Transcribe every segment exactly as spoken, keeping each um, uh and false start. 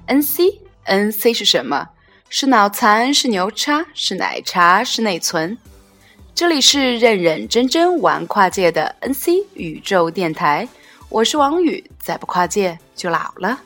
N C N C 是什么？是脑残，是牛叉，是奶茶，是内存。这里是认认真真玩跨界的 N C 宇宙电台，我是王宇，再不跨界就老了。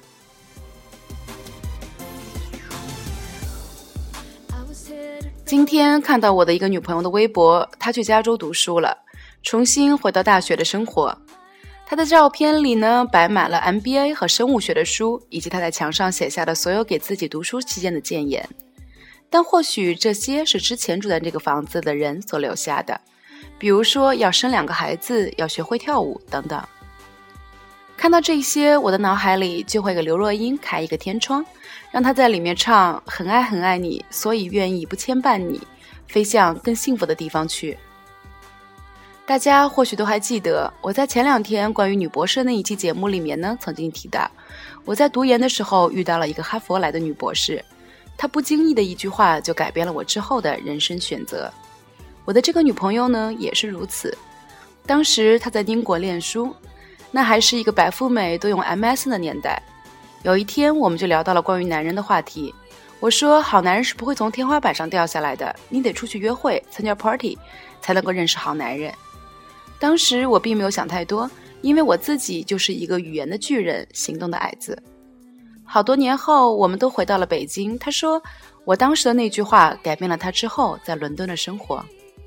今天看到我的一个女朋友的微博，她去加州读书了，重新回到大学的生活。她的照片里呢，摆满了 M B A 和生物学的书，以及她在墙上写下的所有给自己读书期间的建言。但或许这些是之前住在这个房子的人所留下的，比如说要生两个孩子，要学会跳舞等等。看到这些，我的脑海里就会给刘若英开一个天窗，让她在里面唱很爱很爱你，所以愿意不牵绊你，飞向更幸福的地方去。大家或许都还记得，我在前两天关于女博士那一期节目里面呢，曾经提到我在读研的时候遇到了一个哈佛来的女博士，她不经意的一句话就改变了我之后的人生选择。我的这个女朋友呢也是如此，当时她在英国念书，那还是一个白富美都用 M S N 的年代。有一天我们就聊到了关于男人的话题，我说好男人是不会从天花板上掉下来的，你得出去约会参加 party 才能够认识好男人。当时我并没有想太多，因为我自己就是一个语言的巨人，行动的矮子。好多年后我们都回到了北京，他说我当时的那句话改变了他之后在伦敦的生活。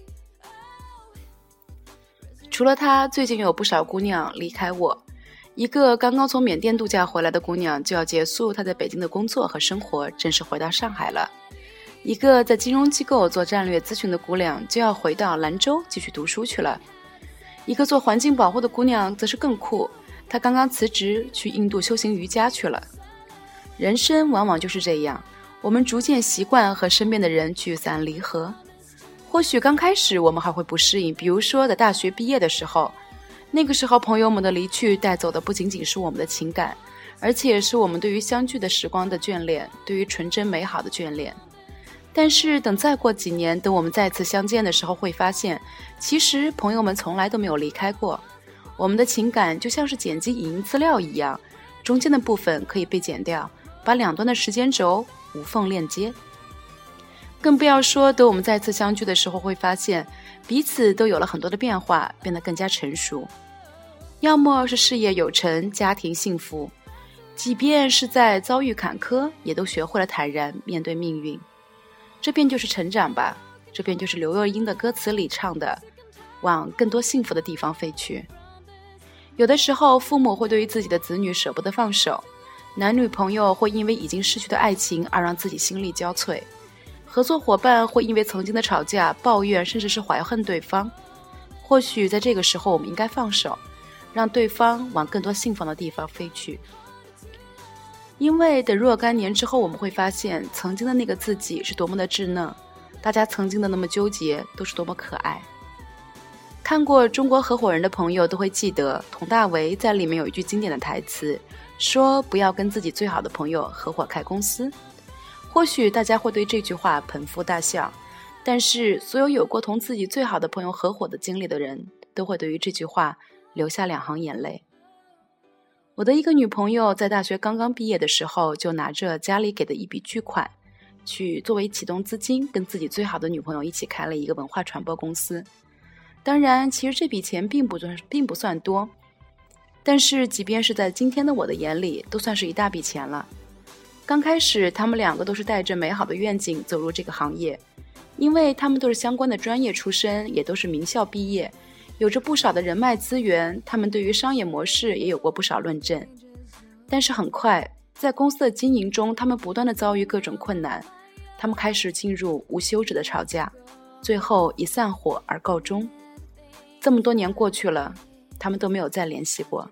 除了他，最近有不少姑娘离开我，一个刚刚从缅甸度假回来的姑娘就要结束她在北京的工作和生活，正式回到上海了。一个在金融机构做战略咨询的姑娘就要回到兰州继续读书去了。一个做环境保护的姑娘则是更酷，她刚刚辞职去印度修行瑜伽去了。人生往往就是这样，我们逐渐习惯和身边的人聚散离合。或许刚开始我们还会不适应，比如说在大学毕业的时候，那个时候朋友们的离去带走的不仅仅是我们的情感，而且是我们对于相聚的时光的眷恋，对于纯真美好的眷恋。但是等再过几年，等我们再次相见的时候，会发现其实朋友们从来都没有离开过。我们的情感就像是剪辑影音资料一样，中间的部分可以被剪掉，把两端的时间轴无缝链接。更不要说等我们再次相聚的时候，会发现彼此都有了很多的变化，变得更加成熟。要么是事业有成，家庭幸福，即便是在遭遇坎坷，也都学会了坦然面对命运。这便就是成长吧，这便就是刘若英的歌词里唱的往更多幸福的地方飞去。有的时候父母会对于自己的子女舍不得放手，男女朋友会因为已经失去的爱情而让自己心力交瘁，合作伙伴会因为曾经的吵架抱怨甚至是怀恨对方。或许在这个时候我们应该放手，让对方往更多幸福的地方飞去。因为等若干年之后，我们会发现曾经的那个自己是多么的稚嫩，大家曾经的那么纠结都是多么可爱。看过《中国合伙人》的朋友都会记得，佟大为在里面有一句经典的台词，说不要跟自己最好的朋友合伙开公司。或许大家会对这句话捧腹大笑，但是所有有过同自己最好的朋友合伙的经历的人，都会对于这句话流下两行眼泪。我的一个女朋友在大学刚刚毕业的时候，就拿着家里给的一笔巨款，去作为启动资金，跟自己最好的女朋友一起开了一个文化传播公司。当然，其实这笔钱并不算并不算多，但是即便是在今天的我的眼里，都算是一大笔钱了。刚开始，他们两个都是带着美好的愿景走入这个行业，因为他们都是相关的专业出身，也都是名校毕业，有着不少的人脉资源，他们对于商业模式也有过不少论证。但是很快，在公司的经营中，他们不断的遭遇各种困难，他们开始进入无休止的吵架，最后以散伙而告终。这么多年过去了，他们都没有再联系过。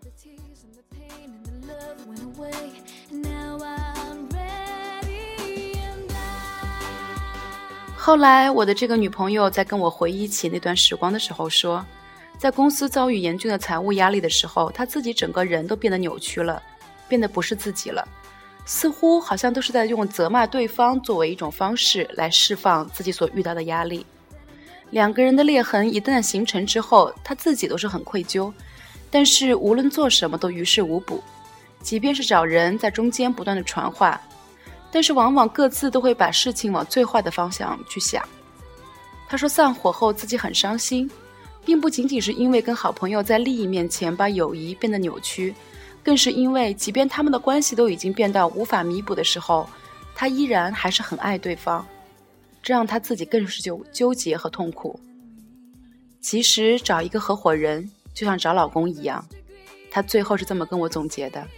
后来我的这个女朋友在跟我回忆起那段时光的时候说，在公司遭遇严峻的财务压力的时候，她自己整个人都变得扭曲了，变得不是自己了，似乎好像都是在用责骂对方作为一种方式来释放自己所遇到的压力。两个人的裂痕一旦形成之后，她自己都是很愧疚，但是无论做什么都于事无补，即便是找人在中间不断的传话， 但是往往各自都会把事情往最坏的方向去想。他说散伙后自己很伤心，并不仅仅是因为跟好朋友在利益面前把友谊变得扭曲，更是因为即便他们的关系都已经变到无法弥补的时候，他依然还是很爱对方，这让他自己更是纠纠结和痛苦。其实找一个合伙人就像找老公一样，他最后是这么跟我总结的。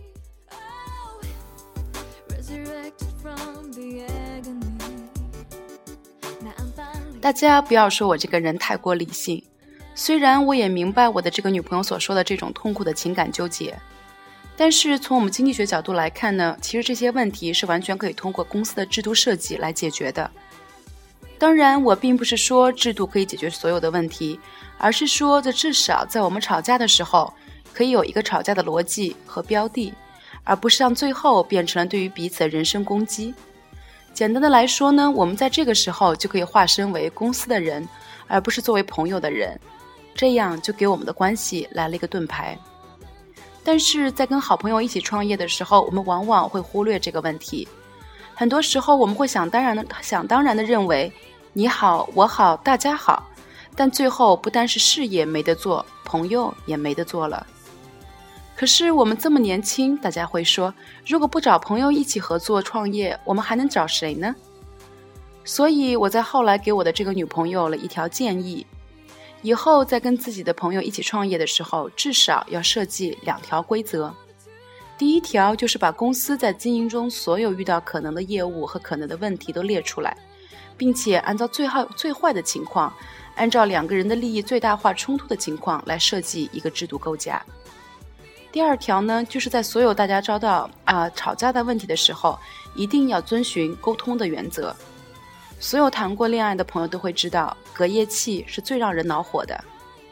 大家不要说我这个人太过理性，虽然我也明白我的这个女朋友所说的这种痛苦的情感纠结，但是从我们经济学角度来看呢，其实这些问题是完全可以通过公司的制度设计来解决的。当然，我并不是说制度可以解决所有的问题，而是说这至少在我们吵架的时候，可以有一个吵架的逻辑和标的，而不是让最后变成了对于彼此的人身攻击。简单的来说呢，我们在这个时候就可以化身为公司的人，而不是作为朋友的人，这样就给我们的关系来了一个盾牌。但是在跟好朋友一起创业的时候，我们往往会忽略这个问题。很多时候我们会想当然的想当然的认为你好我好大家好，但最后不单是事业没得做，朋友也没得做了。可是我们这么年轻，大家会说，如果不找朋友一起合作创业，我们还能找谁呢？所以我在后来给我的这个女朋友了一条建议，以后在跟自己的朋友一起创业的时候，至少要设计两条规则。第一条就是把公司在经营中所有遇到可能的业务和可能的问题都列出来，并且按照最好最坏的情况，按照两个人的利益最大化冲突的情况来设计一个制度构架。第二条呢，就是在所有大家遭到啊、呃、吵架的问题的时候，一定要遵循沟通的原则。所有谈过恋爱的朋友都会知道，隔夜气是最让人恼火的。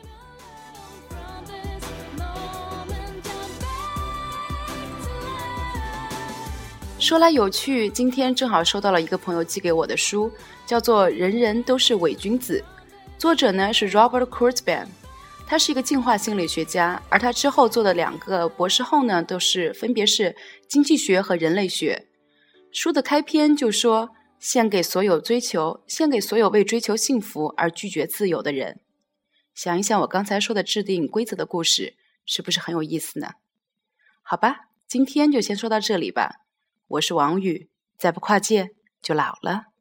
说来有趣，今天正好收到了一个朋友寄给我的书，叫做《人人都是伪君子》，作者呢是 Robert Kurzban。他是一个进化心理学家，而他之后做的两个博士后呢，都是分别是经济学和人类学。书的开篇就说，献给所有追求，献给所有为追求幸福而拒绝自由的人。想一想我刚才说的制定规则的故事，是不是很有意思呢？好吧，今天就先说到这里吧。我是王宇，再不跨界就老了。